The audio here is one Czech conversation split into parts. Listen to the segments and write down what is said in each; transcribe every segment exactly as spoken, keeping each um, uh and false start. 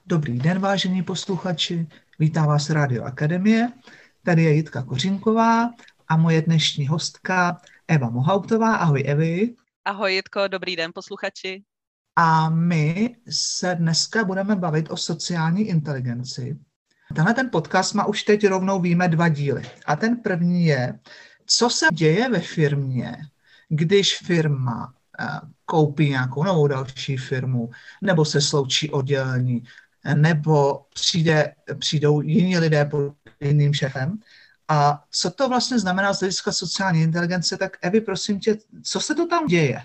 Dobrý den, vážení posluchači, vítá vás Rádio Akademie, tady je Jitka Kořínková a moje dnešní hostka Eva Mohauptová. Ahoj Evi. Ahoj Jitko, dobrý den posluchači. A my se dneska budeme bavit o sociální inteligenci. Tenhle ten podcast má už teď rovnou víme dva díly. A ten první je, co se děje ve firmě, když firma koupí nějakou novou další firmu, nebo se sloučí oddělení, nebo přijde, přijdou jiní lidé pod jiným šéfem. A co to vlastně znamená z hlediska sociální inteligence, tak Evi, prosím tě, co se to tam děje?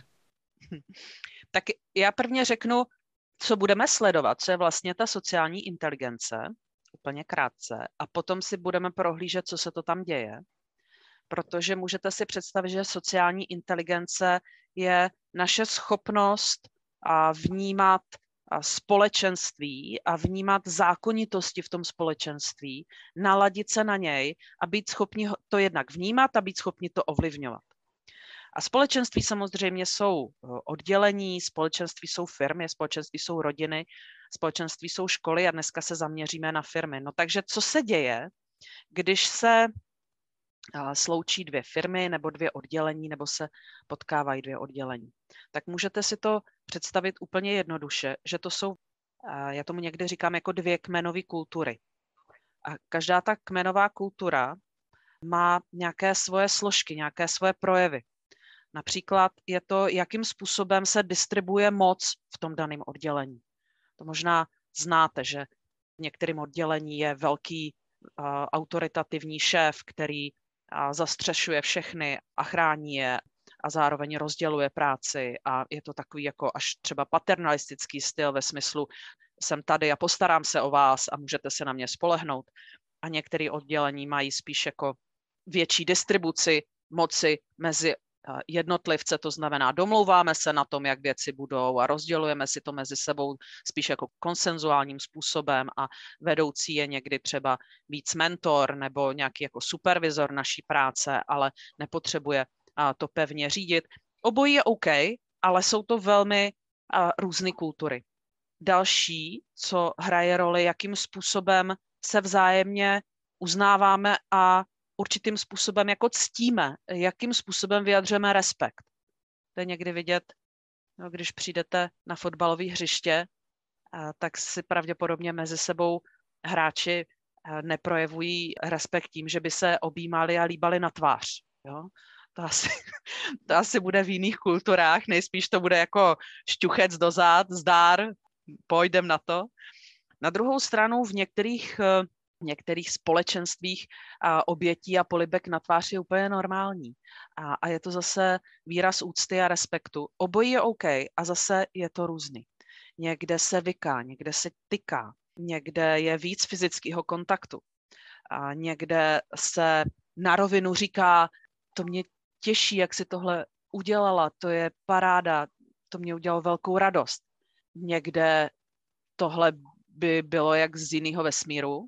Tak já prvně řeknu, co budeme sledovat, co je vlastně ta sociální inteligence, úplně krátce, a potom si budeme prohlížet, co se to tam děje, protože můžete si představit, že sociální inteligence je naše schopnost vnímat společenství a vnímat zákonitosti v tom společenství, naladit se na něj a být schopni to jednak vnímat a být schopni to ovlivňovat. A společenství samozřejmě jsou oddělení, společenství jsou firmy, společenství jsou rodiny, společenství jsou školy a dneska se zaměříme na firmy. No takže co se děje, když se sloučí dvě firmy nebo dvě oddělení nebo se potkávají dvě oddělení? Tak můžete si to představit úplně jednoduše, že to jsou, já tomu někdy říkám, jako dvě kmenové kultury. A každá ta kmenová kultura má nějaké svoje složky, nějaké svoje projevy. Například je to, jakým způsobem se distribuje moc v tom daném oddělení. To možná znáte, že v některém oddělení je velký uh, autoritativní šéf, který uh, zastřešuje všechny a chrání je a zároveň rozděluje práci a je to takový jako až třeba paternalistický styl ve smyslu jsem tady a postarám se o vás a můžete se na mě spolehnout. A některé oddělení mají spíš jako větší distribuci moci mezi jednotlivce, to znamená domlouváme se na tom, jak věci budou a rozdělujeme si to mezi sebou spíš jako konsenzuálním způsobem a vedoucí je někdy třeba víc mentor nebo nějaký jako supervizor naší práce, ale nepotřebuje to pevně řídit. Obojí je OK, ale jsou to velmi různé kultury. Další, co hraje roli, jakým způsobem se vzájemně uznáváme a určitým způsobem jako ctíme, jakým způsobem vyjadřujeme respekt. To je někdy vidět, no, když přijdete na fotbalové hřiště, tak si pravděpodobně mezi sebou hráči neprojevují respekt tím, že by se objímali a líbali na tvář. Jo? To, asi, to asi bude v jiných kulturách, nejspíš to bude jako šťuchec do zád, zdár, půjdem na to. Na druhou stranu v některých v některých společenstvích a obětí a polibek na tvář je úplně normální. A, a je to zase výraz úcty a respektu. Obojí je OK a zase je to různý. Někde se vyká, někde se tyká, někde je víc fyzického kontaktu. A někde se na rovinu říká, to mě těší, jak si tohle udělala, to je paráda, to mě udělalo velkou radost. Někde tohle by bylo jak z jiného vesmíru,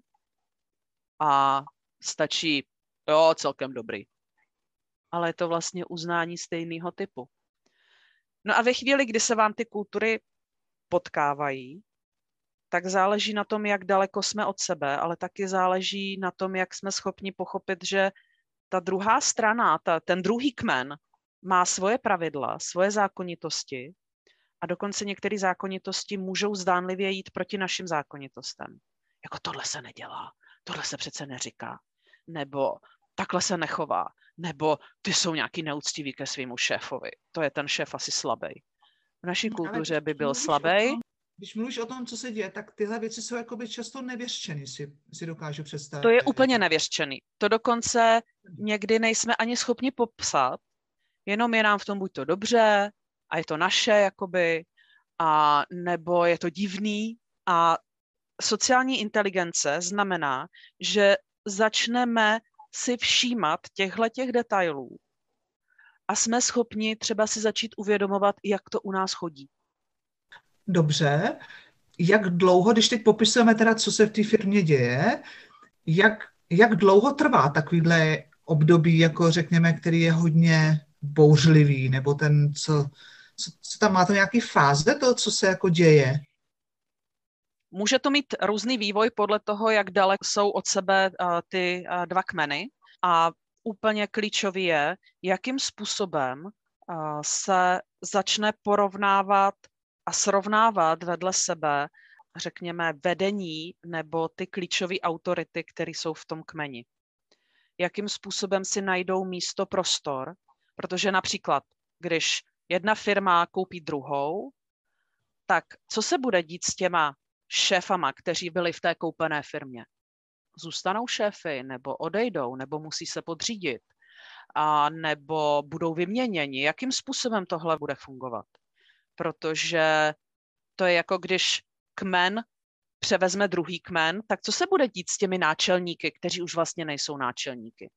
a stačí, jo, celkem dobrý. Ale je to vlastně uznání stejného typu. No a ve chvíli, kdy se vám ty kultury potkávají, tak záleží na tom, jak daleko jsme od sebe, ale taky záleží na tom, jak jsme schopni pochopit, že ta druhá strana, ta, ten druhý kmen má svoje pravidla, svoje zákonitosti a dokonce některé zákonitosti můžou zdánlivě jít proti našim zákonitostem. Jako tohle se nedělá. Tohle se přece neříká, nebo takhle se nechová, nebo ty jsou nějaký neúctiví ke svýmu šéfovi. To je ten šéf asi slabý. V naší kultuře by byl slabý. Když mluvíš o tom, co se děje, tak tyhle věci jsou jakoby často nevěřčeny, si, si dokážu představit. To je úplně nevěřčený. To dokonce někdy nejsme ani schopni popsat, jenom je nám v tom buď to dobře, a je to naše, jakoby, a nebo je to divný, a sociální inteligence znamená, že začneme si všímat těchto detailů a jsme schopni třeba si začít uvědomovat, jak to u nás chodí. Dobře. Jak dlouho, když teď popisujeme teda, co se v té firmě děje, jak, jak dlouho trvá takovýhle období, jako řekněme, který je hodně bouřlivý, nebo ten, co, co, co tam má to nějaký fáze, to, co se jako děje? Může to mít různý vývoj podle toho, jak daleko jsou od sebe ty dva kmeny a úplně klíčový je, jakým způsobem se začne porovnávat a srovnávat vedle sebe, řekněme, vedení nebo ty klíčové autority, které jsou v tom kmeni. Jakým způsobem si najdou místo, prostor, protože například, když jedna firma koupí druhou, tak co se bude dít s těma šéfama, kteří byli v té koupené firmě? Zůstanou šéfy, nebo odejdou, nebo musí se podřídit, a nebo budou vyměněni? Jakým způsobem tohle bude fungovat? Protože to je jako když kmen převezme druhý kmen, tak co se bude dít s těmi náčelníky, kteří už vlastně nejsou náčelníky?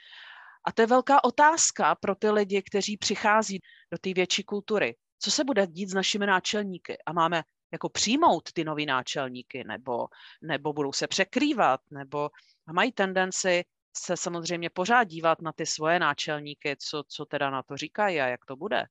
A to je velká otázka pro ty lidi, kteří přichází do té větší kultury. Co se bude dít s našimi náčelníky? A máme jako přijmout ty nový náčelníky, nebo, nebo budou se překrývat, nebo mají tendenci se samozřejmě pořád dívat na ty svoje náčelníky, co, co teda na to říkají a jak to bude.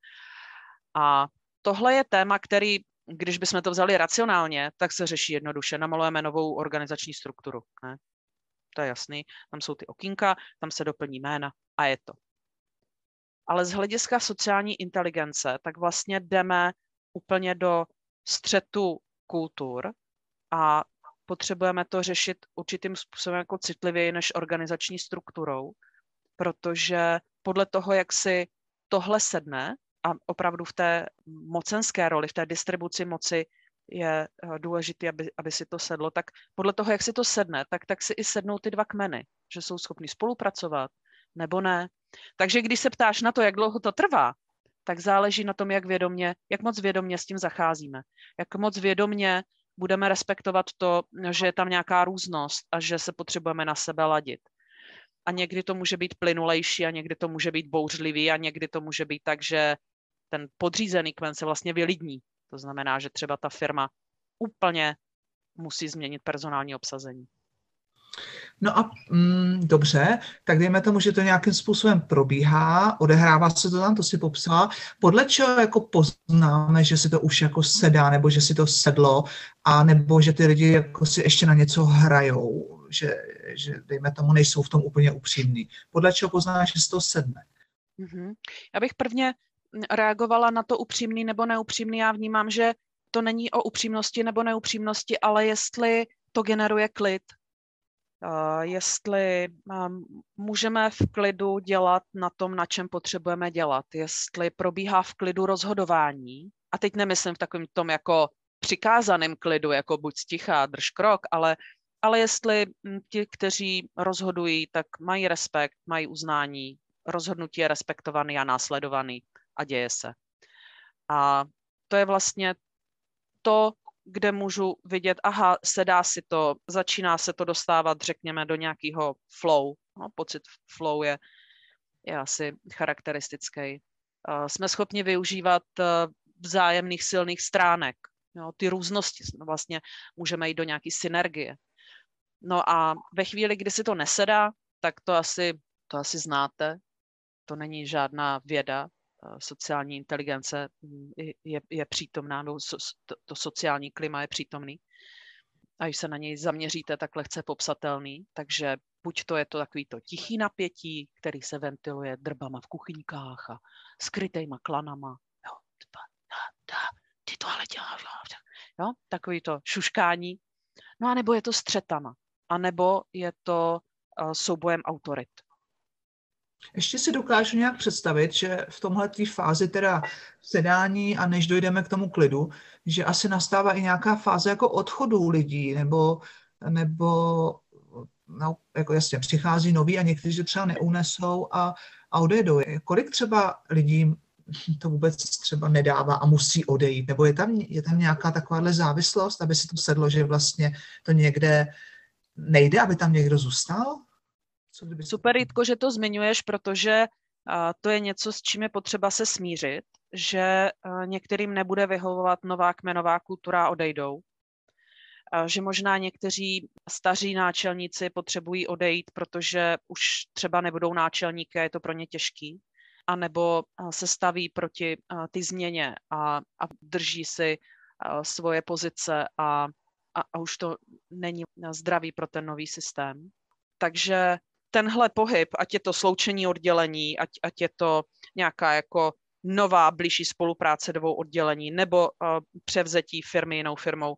A tohle je téma, který, když bychom to vzali racionálně, tak se řeší jednoduše. Namalujeme novou organizační strukturu. Ne? To je jasný. Tam jsou ty okýnka, tam se doplní jména a je to. Ale z hlediska sociální inteligence, tak vlastně jdeme úplně do střetu kultur a potřebujeme to řešit určitým způsobem jako citlivěji než organizační strukturou, protože podle toho, jak si tohle sedne, a opravdu v té mocenské roli, v té distribuci moci je důležité, aby, aby si to sedlo, tak podle toho, jak si to sedne, tak, tak si i sednou ty dva kmeny, že jsou schopní spolupracovat, nebo ne. Takže když se ptáš na to, jak dlouho to trvá, tak záleží na tom, jak vědomě, jak moc vědomě s tím zacházíme. Jak moc vědomě budeme respektovat to, že je tam nějaká různost a že se potřebujeme na sebe ladit. A někdy to může být plynulejší a někdy to může být bouřlivý a někdy to může být tak, že ten podřízený kmen se vlastně vylidní. To znamená, že třeba ta firma úplně musí změnit personální obsazení. No a mm, dobře, tak dejme tomu, že to nějakým způsobem probíhá, odehrává se to tam, to si popsala. Podle čeho jako poznáme, že si to už jako sedá, nebo že si to sedlo, a nebo že ty lidi jako si ještě na něco hrajou, že, že dejme tomu nejsou v tom úplně upřímní. Podle čeho poznáme, že si to sedne? Mm-hmm. Já bych prvně reagovala na to upřímný nebo neupřímný. Já vnímám, že to není o upřímnosti nebo neupřímnosti, ale jestli to generuje klid. Uh, jestli um, můžeme v klidu dělat na tom, na čem potřebujeme dělat. Jestli probíhá v klidu rozhodování. A teď nemyslím v takovém tom jako přikázaném klidu, jako buď sticha, drž krok, ale, ale jestli ti, kteří rozhodují, tak mají respekt, mají uznání, rozhodnutí je respektovaný a následovaný a děje se. A to je vlastně to, kde můžu vidět, aha, sedá si to, začíná se to dostávat, řekněme, do nějakého flow. No, pocit flow je, je asi charakteristický. Uh, jsme schopni využívat uh, vzájemných silných stránek. Jo, ty různosti, no, vlastně můžeme jít do nějaké synergie. No a ve chvíli, kdy si to nesedá, tak to asi, to asi znáte. To není žádná věda. Sociální inteligence je, je přítomná, no, to, to sociální klima je přítomný. A když se na něj zaměříte, tak lehce popsatelný. Takže buď to je to takový to tichý napětí, který se ventiluje drbama v kuchyňkách a skrytejma klanama. Jo, ty to ale děláš. Jo, takový to šuškání. No a nebo je to střetama. A nebo je to uh, soubojem autorit. Ještě si dokážu nějak představit, že v tomhle té fázi teda sedání a než dojdeme k tomu klidu, že asi nastává i nějaká fáze jako odchodu lidí, nebo, nebo no, jako jasně, přichází noví a někteří třeba neunesou a, a odejdou. Kolik třeba lidí to vůbec třeba nedává a musí odejít? Nebo je tam, je tam nějaká takováhle závislost, aby si to sedlo, že vlastně to někde nejde, aby tam někdo zůstal? Co kdyby... Super, Jitko, že to zmiňuješ, protože a, to je něco, s čím je potřeba se smířit, že a, některým nebude vyhovovat nová kmenová kultura a odejdou. A, že možná někteří staří náčelníci potřebují odejít, protože už třeba nebudou náčelníky a je to pro ně těžký. A nebo a, se staví proti a, ty změně a, a drží si a, svoje pozice a a, a už to není zdravý pro ten nový systém. Takže tenhle pohyb, ať je to sloučení oddělení, ať, ať je to nějaká jako nová, blížší spolupráce dvou oddělení nebo uh, převzetí firmy jinou firmou,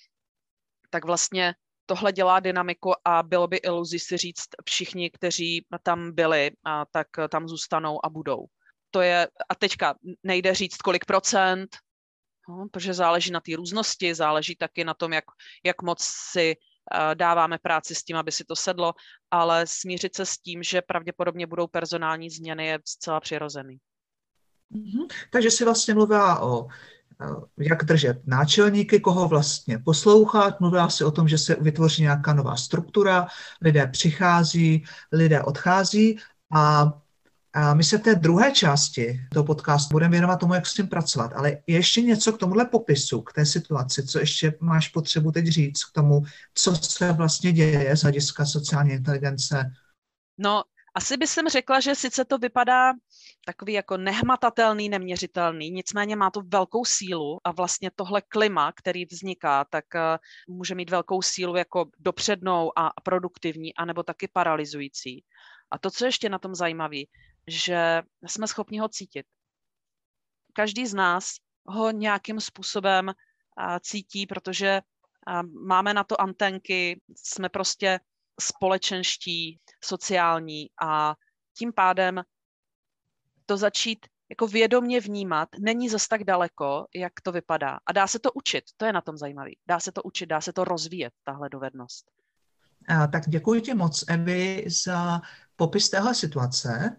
tak vlastně tohle dělá dynamiku a bylo by iluzí si říct, všichni, kteří tam byli, a tak tam zůstanou a budou. To je, a teďka nejde říct, kolik procent, no, protože záleží na té různosti, záleží taky na tom, jak, jak moc si uh, dáváme práci s tím, aby si to sedlo, ale smířit se s tím, že pravděpodobně budou personální změny, je zcela přirozený. Mm-hmm. Takže si vlastně mluvila o jak držet náčelníky, koho vlastně poslouchat. Mluvila si o tom, že se vytvoří nějaká nová struktura, lidé přichází, lidé odchází a, a my se v té druhé části toho podcastu budeme věnovat tomu, jak s tím pracovat. Ale ještě něco k tomuhle popisu, k té situaci, co ještě máš potřebu teď říct k tomu, co se vlastně děje z hlediska sociální inteligence? No, asi bych jsem řekla, že sice to vypadá takový jako nehmatatelný, neměřitelný, nicméně má to velkou sílu a vlastně tohle klima, který vzniká, tak uh, může mít velkou sílu jako dopřednou a produktivní, anebo taky paralyzující. A to, co ještě na tom zajímavé, že jsme schopni ho cítit. Každý z nás ho nějakým způsobem uh, cítí, protože uh, máme na to antenky, jsme prostě společenští, sociální a tím pádem to začít jako vědomě vnímat není zas tak daleko, jak to vypadá. A dá se to učit, to je na tom zajímavé. Dá se to učit, dá se to rozvíjet, tahle dovednost. A, tak děkuji ti moc, Evi, za popis téhle situace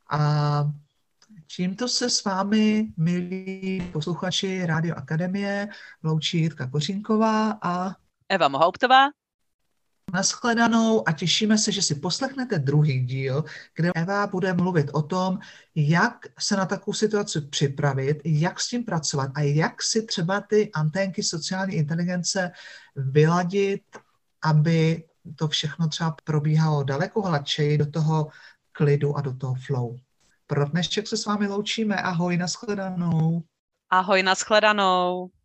a tímto se s vámi, milí posluchači Rádio Akademie, loučí Jitka Kořínková a Eva Mohauptová. Naschledanou a těšíme se, že si poslechnete druhý díl, kde Eva bude mluvit o tom, jak se na takovou situaci připravit, jak s tím pracovat a jak si třeba ty anténky sociální inteligence vyladit, aby to všechno třeba probíhalo daleko hladčeji do toho klidu a do toho flow. Pro dnešek se s vámi loučíme. Ahoj, naschledanou. Ahoj, naschledanou.